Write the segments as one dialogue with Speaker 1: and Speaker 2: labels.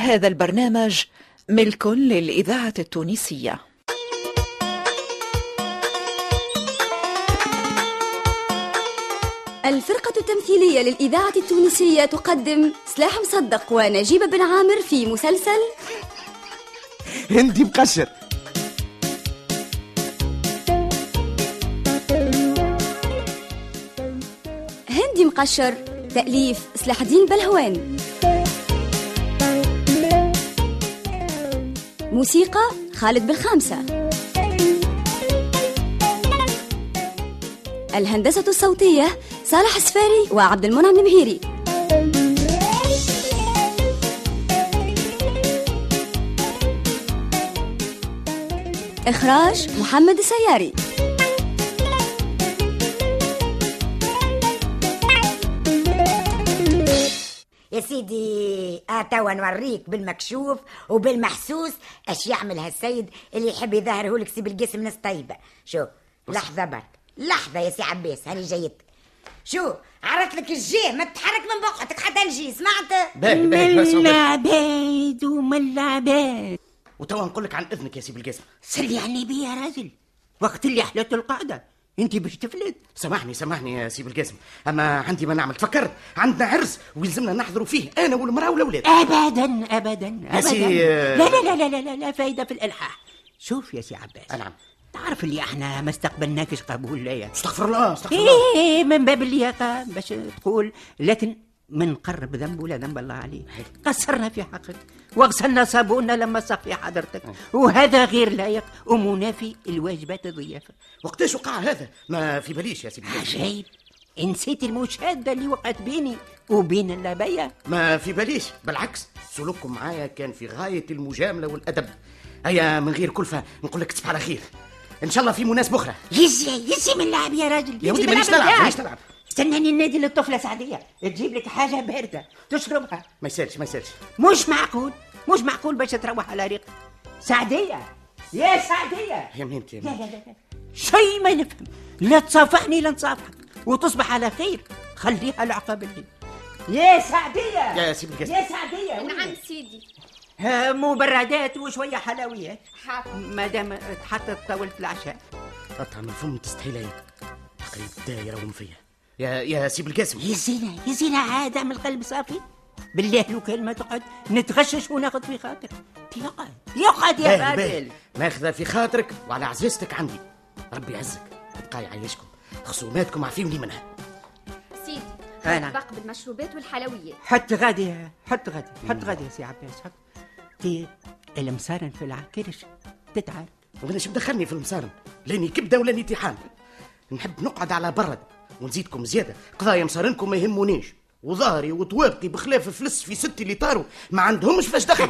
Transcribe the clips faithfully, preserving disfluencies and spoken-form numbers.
Speaker 1: هذا البرنامج ملك للإذاعة التونسية.
Speaker 2: الفرقة التمثيلية للإذاعة التونسية تقدم سلاح مصدق ونجيب بن عامر في مسلسل
Speaker 3: هندي مقشر.
Speaker 2: هندي مقشر، تأليف سلاح الدين بلهوان، موسيقى خالد بالخامسة، الهندسة الصوتية صالح السفاري وعبد المنعم المهيري، إخراج محمد السياري.
Speaker 4: يا سيدي اتوا نوريك بالمكشوف وبالمحسوس اش يعمل هالسيد اللي يحب يظهره لك سي بالقسم ناس طيبه. شو لحظه برك، لحظه يا سي عباس، هاني جايتك. شو عرفت لك الجيه، ما تتحرك من بقعتك حتى نجي. سمعت؟
Speaker 5: من العباد ومن العباد.
Speaker 3: وتوا نقول لك عن اذنك يا سي بالقسم.
Speaker 5: سلي علي بي يا راجل، وقت اللي حلت القعده انت باش تفلت.
Speaker 3: سامحني سامحني يا سي بالقسم، اما عندي ما نعمل. تفكرت عندنا عرس ويلزمنا نحضروا فيه انا والمراه والاولاد.
Speaker 5: ابدا ابدا
Speaker 3: يا سي.
Speaker 5: لا لا لا لا لا لا فايده في الالحاح. شوف يا سي عباس،
Speaker 3: نعم،
Speaker 5: تعرف اللي احنا ما استقبلناكش قبول ليا.
Speaker 3: استغفر الله استغفر الله.
Speaker 5: ايه من باب اللياقه باش تقول، لكن من قرب ذنب ولا ذنب الله عليه. قصرنا في حقك وغسلنا صابوننا لما صح في حضرتك، وهذا غير لائق ومنافي الواجبات الضيافه.
Speaker 3: وقتاش وقع هذا؟ ما في باليش يا سيدي.
Speaker 5: عجيب، نسيت المشاده اللي وقعت بيني وبين اللبيه.
Speaker 3: ما في باليش، بالعكس سلوككم معايا كان في غايه المجامله والادب. هيا من غير كلفه نقول لك تصبح على خير ان شاء الله في مناسبه اخرى.
Speaker 5: يزي يزي من اللعب يا راجل،
Speaker 3: يا ودي مانيش نلعب مانيش نلعب.
Speaker 5: استناني النادي للطفله سعديه تجيب لك حاجه بارده تشربها.
Speaker 3: ما يسالش ما يسالش.
Speaker 5: مش معقول مش معقول باش تروح على ريق سعديه. يا سعديه
Speaker 3: يا منينتي.
Speaker 5: لا لا لا شيء ما نفهم، لا تصافحني لا نصافحك وتصبح على خير. خليها العقاب اللي. يا سعديه
Speaker 3: يا سيدي القسم.
Speaker 5: يا سعديه.
Speaker 2: نعم سيدي.
Speaker 5: مبردات وشويه حلويات ما دام تحطت طاوله العشاء.
Speaker 3: قطع من فم تستحيلي تقريب دايره ومفيه. يا يا سيب القسم.
Speaker 5: يزينا يزينا عاد من القلب صافي. بالله لو كان ما تقعد نتغشش وناخذ في خاطر. يقعد يقعد يا راجل.
Speaker 3: ناخذ في خاطرك وعلى عزيزتك عندي. ربي يعزك ويبقى يعيشكم. خصوماتكم عفيوني منها.
Speaker 2: سيدي
Speaker 5: أنا
Speaker 2: باق بالمشروبات والحلويات.
Speaker 5: حط غادي حط غادي حط غادي يا سي عباس. حط تي المصارن في العكرش تتعب.
Speaker 3: وانا شو مدخلني في المصارن؟ لاني كبده ولا نيتيحان. نحب نقعد على برد ونزيدكم زياده. قضايا مصارنكم ما يهمونيش، وظهري وطوابقي بخلاف فلس في ستي اللي طاروا ما عندهمش فاش دخل.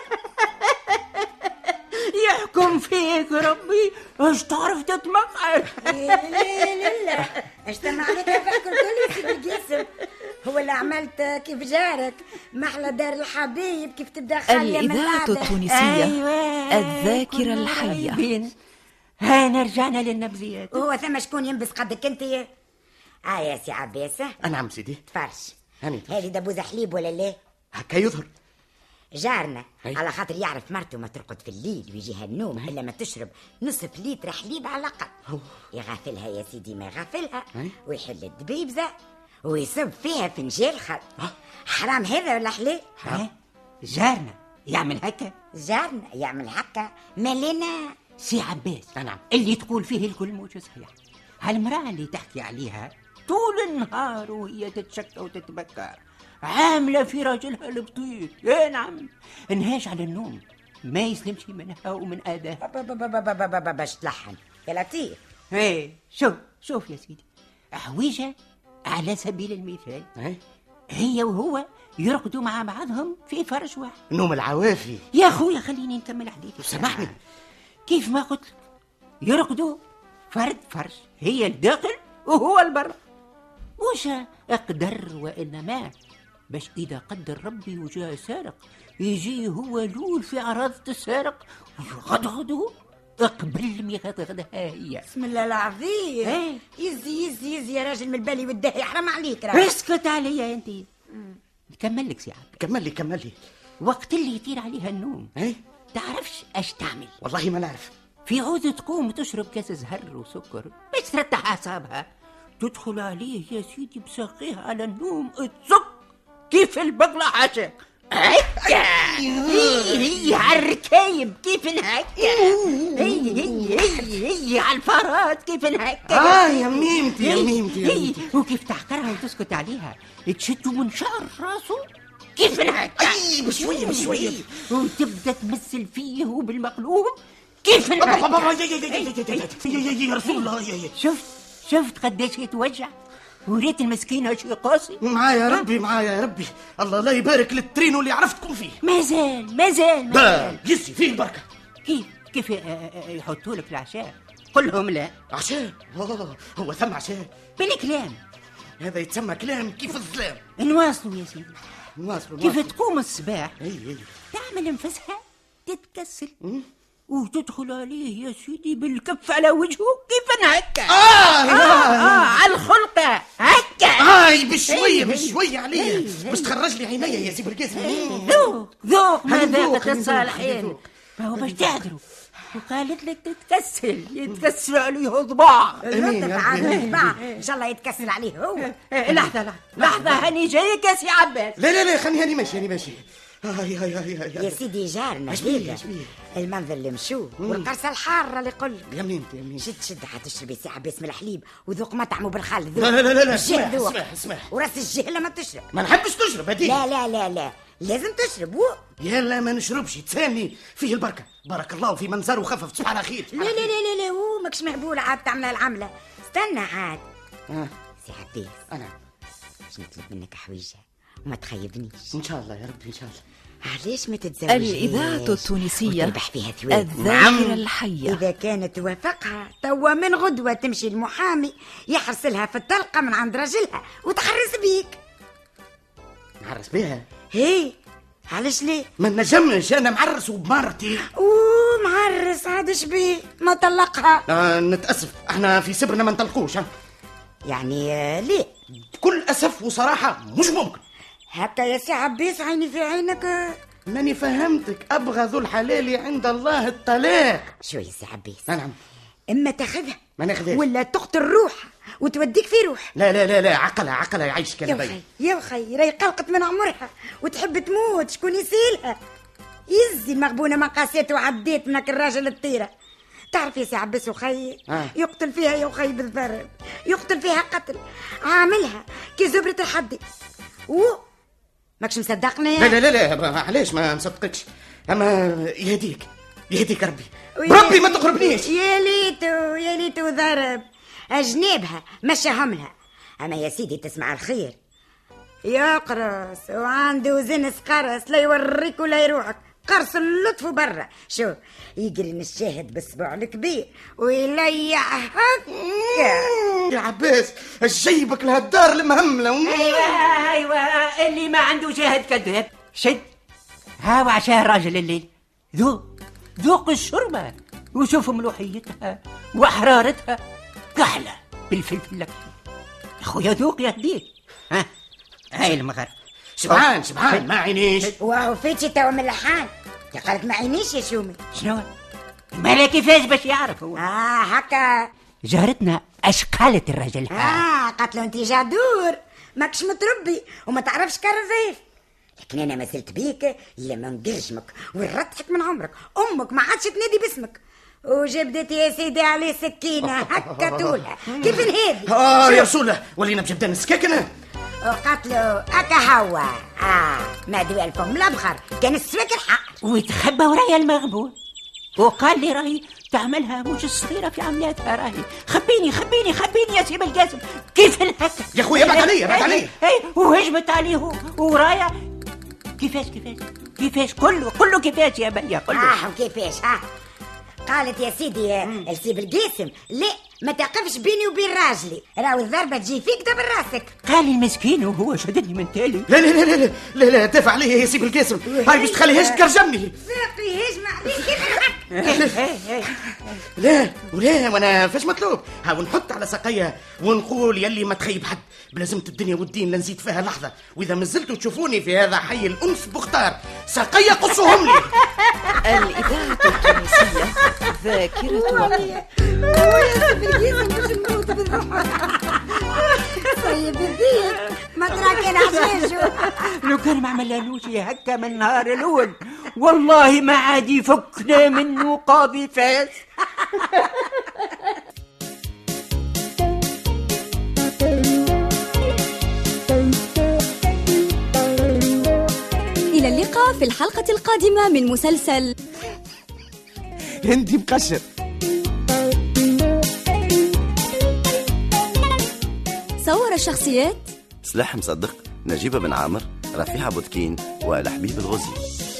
Speaker 5: يحكم فيك ربي، اش تعرف تتمقعد.
Speaker 4: لا لا لا اش تم عليك فكر كل سيدي القسم. هو اللي عملت كيف جارك محلى دار الحبيب كيف تبدا خاليه من
Speaker 1: الإذاعة التونسية.
Speaker 5: أيوة.
Speaker 1: الذاكرة الحية.
Speaker 5: هانا رجعنا للنبذيات.
Speaker 4: وهو ثم شكون ينبس قدك انت؟ اه يا سي عباس.
Speaker 3: نعم سيدي.
Speaker 4: تفرش
Speaker 3: هاني
Speaker 4: هذه دبوزه حليب ولا لا؟
Speaker 3: هكا يظهر
Speaker 4: جارنا
Speaker 3: هي.
Speaker 4: على خاطر يعرف مرته ما ترقد في الليل ويجيها النوم هي. الا ما تشرب نصف لتر حليب على الاقل. يغافلها يا سيدي ما يغافلها، ويحل الدبيبزه ويصب فيها فنجان خل. حرام هذا ولا حلال؟
Speaker 5: ها جارنا يعمل هكا؟
Speaker 4: جارنا يعمل هكا مالنا
Speaker 5: سي عباس.
Speaker 3: نعم.
Speaker 5: اللي تقول فيه الكل مو صحيح. هالمرأة اللي تحكي عليها طول النهار وهي تتشكى وتتبكر، عاملة في راجلها البطيء. ايه نعم، انهاش على النوم ما يسلمش منها ومن آداها.
Speaker 4: باش تلحن يا لطيف.
Speaker 5: ايه شوف شوف يا سيدي، حويجة على سبيل المثال
Speaker 3: هي.
Speaker 5: هي وهو يرقدوا مع بعضهم في فرش واحد.
Speaker 3: نوم العوافي
Speaker 5: يا أخويا خليني نكمل حديثي.
Speaker 3: سامحني.
Speaker 5: كيف ما قلت لك يرقدوا فرد فرش، هي الداخل وهو البر. وش أقدر وإنما باش إذا قدر ربي وجاء سارق يجي هو لول في عراضة السارق ويغدغده قبل ما يغدغدها هي.
Speaker 4: بسم الله العظيم.
Speaker 5: ايه
Speaker 4: يزي يزي يزي يا راجل من البالي والدهي، حرام عليك.
Speaker 5: اسكت عليا انت. نكمل لك سي عبد.
Speaker 3: كمل لي كمل لي.
Speaker 5: وقت اللي يطير عليها النوم
Speaker 3: اي
Speaker 5: تعرفش اش تعمل؟
Speaker 3: والله ما نعرف.
Speaker 5: في عوز تقوم تشرب كاس زهر وسكر باش ترتاح اعصابها، تدخل عليه يا سيدي بساقيه على النوم تزق كيف البقلة عاشق هكا. هي هي على الركايب كيف هكا، هي هي هي هي على الفارات كيف هكا.
Speaker 3: اه يا ميمتي يا ميمتي يا ميمتي.
Speaker 5: وكيف تحقرها وتسكت عليها تشد من شعر راسه كيف هكا.
Speaker 3: اي بشويه بشويه.
Speaker 5: وتبدا تمثل فيه وبالمقلوب كيف
Speaker 3: يا رسول الله.
Speaker 5: شفت شفت قديش يتوجع وريت المسكينة شي قاسي.
Speaker 3: معايا يا ربي معايا يا ربي. الله لا يبارك للترينو اللي عرفتكم فيه.
Speaker 5: مازال مازال
Speaker 3: ده يسي فيه البركة.
Speaker 5: كيف كيف يحطوا لك العشاء؟ قل لهم لا.
Speaker 3: عشاء؟ هو ثم عشاء
Speaker 5: بالكلام
Speaker 3: هذا يتسمى كلام كيف الظلام.
Speaker 5: نواصلوا يا سيدي.
Speaker 3: نواصلوا
Speaker 5: كيف تقوم الصباح
Speaker 3: اي اي
Speaker 5: تعمل نفسها تتكسل وتدخل عليه يا سيدي بالكف على وجهه كيف هكا.
Speaker 3: آه, آه,
Speaker 5: آه, آه على الخلقة هكا.
Speaker 3: آه بشوية بشوية عليه باش تخرج لي عيني يا سي بالقاسم.
Speaker 5: ذوق ذوق ما ذاقت الصالحين. ما هو باش تعذروا وقالت لك تتكسل يتكسر عليه ضباع.
Speaker 4: ان شاء الله يتكسر عليه هو.
Speaker 5: لحظة لحظة لحظة هاني جايك يا سي عباس.
Speaker 3: لا لا لا خليني هاني ماشي هاني ماشي. هاي هاي هاي هاي
Speaker 4: يا سيدي جارنا هذا المنظر اللي مشوه والقرصة الحارة اللي قل
Speaker 3: يا منين يا منين.
Speaker 4: شد شد حتشربي ساعة باسم الحليب وذوق مطعمه بالخل.
Speaker 3: لا لا لا لا
Speaker 4: اسمح
Speaker 3: اسمح اسمح
Speaker 4: وراس الجهلة ما تشرب.
Speaker 3: ما نحبش تشرب هذيك.
Speaker 4: لا لا لا لا لازم تشرب.
Speaker 3: يلا ما نشربش تسامي فيه البركة. بارك الله في منظر وخفف صباح على خير.
Speaker 4: لا لا لا لا لا هو ماكش مهبول عاد تعمل العملة. استنى عاد
Speaker 3: آه.
Speaker 4: سي عباس
Speaker 3: أنا
Speaker 4: باش نطلب منك حويجة وما تخيبنيش
Speaker 3: إن شاء الله يا ربي إن شاء الله.
Speaker 2: علاش ما تتزوجيش؟
Speaker 1: الإذاعة التونسية
Speaker 2: وتربح فيها ثواب.
Speaker 1: الذاكرة الحية.
Speaker 4: إذا كانت توافقها توا من غدوة تمشي المحامي يحرس لها في الطلقة من عند راجلها وتحرس بيك.
Speaker 3: نعرس بيها؟
Speaker 4: هي علاش ليه؟
Speaker 3: ما نجمش أنا معرس وبمرتي.
Speaker 4: أوه معرس عاد شبيه ما طلقها.
Speaker 3: آه نتأسف احنا في سبرنا ما نطلقوش. ها
Speaker 4: يعني آه ليه؟
Speaker 3: بكل أسف وصراحة مش ممكن.
Speaker 4: هكا يا سي عباس عيني في عينك.
Speaker 3: ماني فهمتك. أبغى ذو الحلال عند الله الطلاق.
Speaker 4: شو يا سي عباس؟
Speaker 3: نعم.
Speaker 4: إما تاخذها
Speaker 3: ما ناخذهاش
Speaker 4: ولا تقتل روحها وتوديك في روح.
Speaker 3: لا لا لا لا عقلها عقلها يعيش كذا.
Speaker 4: يا وخي يا وخي راهي قلقت من عمرها وتحب تموت. شكون يسيلها؟ يزي المغبونة ما قاسيت وعديت منك الراجل الطيرة. تعرف يا سي عباس وخي
Speaker 3: آه.
Speaker 4: يقتل فيها يا وخي بالضرب يقتل فيها قتل عاملها كي زبرة الحدي. و ماكش مصدقني؟
Speaker 3: لا لا لا لا علاش ما نصدقكش. أما يهديك يهديك ربي بربي ما تقربنيش.
Speaker 4: يا ليتو يا ليتو ضرب أجنبها مشاهم لها. أما يا سيدي تسمع الخير يقرص وعنده زنس قرص لا يوريك ولا يروحك. قرص اللطف برا. شوف يقرن الشاهد بالصبع الكبير ويليع هكا.
Speaker 3: يا عباس جيبك لهالدار المهملة.
Speaker 5: ايوه ايوه اللي ما عنده شاهد كذاب شد هاو عشان راجل الليل. ذوق ذوق الشربة وشوف ملوحيتها وحرارتها كحلة بالفلفل لك يا خويا ذوق يهديك. ها هاي المغرب
Speaker 3: شبعان شبعان ما عينيش.
Speaker 4: واو فيتي توا من اللحان قالك ما عينيش يا شومي.
Speaker 5: شنو مالا كيفاش باش يعرف هو؟
Speaker 4: اه هكا
Speaker 5: جارتنا اش قالت الرجل؟
Speaker 4: اه قالت له انت جادور ماكش متربي وما تعرفش كرفيف. لكن انا ما زلت بيك لما نقرجمك ونرتحك من عمرك. امك ما عادش تنادي باسمك وجبدت يا سيدي عليه سكينه هكا طولها كيف نهدي.
Speaker 3: اه يا رسوله ولينا بجبدان السكاكنه.
Speaker 4: وقالت له اكا هوا اه ما دوي الفم الابخر كان السواك الحق
Speaker 5: ويتخبى ورايا المغبون وقال لي راهي تعملها مش صغيرة في عملياتها. راهي خبيني خبيني خبيني يا سيب القاسم كيف الهكا
Speaker 3: يا خويا بعد عليا بعد عليا.
Speaker 5: اي وهجمت عليه ورايا كيفاش كيفاش كيفاش كله كله كيفاش يا بيا كله.
Speaker 4: اه كيفاش ها قالت يا سيدي السيب القاسم لا ما تقفش بيني وبين راجلي، راهو الضربة تجي فيك دبر راسك.
Speaker 5: قال المسكين وهو شددني من تالي.
Speaker 3: لا لا لا لا لا لا دافع عليا يا سي بالقاسم، هاي باش تخليهاش تكرجمني.
Speaker 4: ساقي هجمة عليك كيف
Speaker 3: لا ولا وانا فاش مطلوب، ها ونحط على ساقيا ونقول يلي ما تخيب حد بلازمة الدنيا والدين لا نزيد فيها لحظة، وإذا مازلتوا تشوفوني في هذا حي الأنس بختار ساقيا قصوهم لي.
Speaker 1: الإذاعة التونسية ذاكرة وقت.
Speaker 4: طيب بديك ما دراك انا عشان
Speaker 5: لو كان ما عملناش هكا من النهار الاول والله ما عاد يفكنا منه قاضي فاس.
Speaker 2: إلى اللقاء في الحلقة القادمة من مسلسل
Speaker 6: هندي مقشر.
Speaker 2: صور الشخصيات
Speaker 7: سلاح مصدق، نجيبة بن عامر، رفيعة بوتكين، والحبيب الغزي.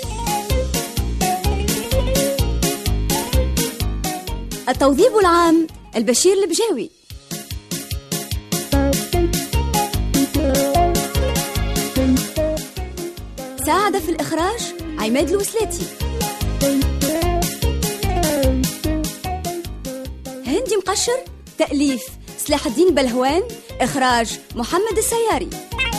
Speaker 2: التوظيف العام البشير البجاوي. ساعد في الإخراج عماد الوسلاتي. هندي مقشر تأليف سلاح الدين بلهوان، إخراج محمد السياري.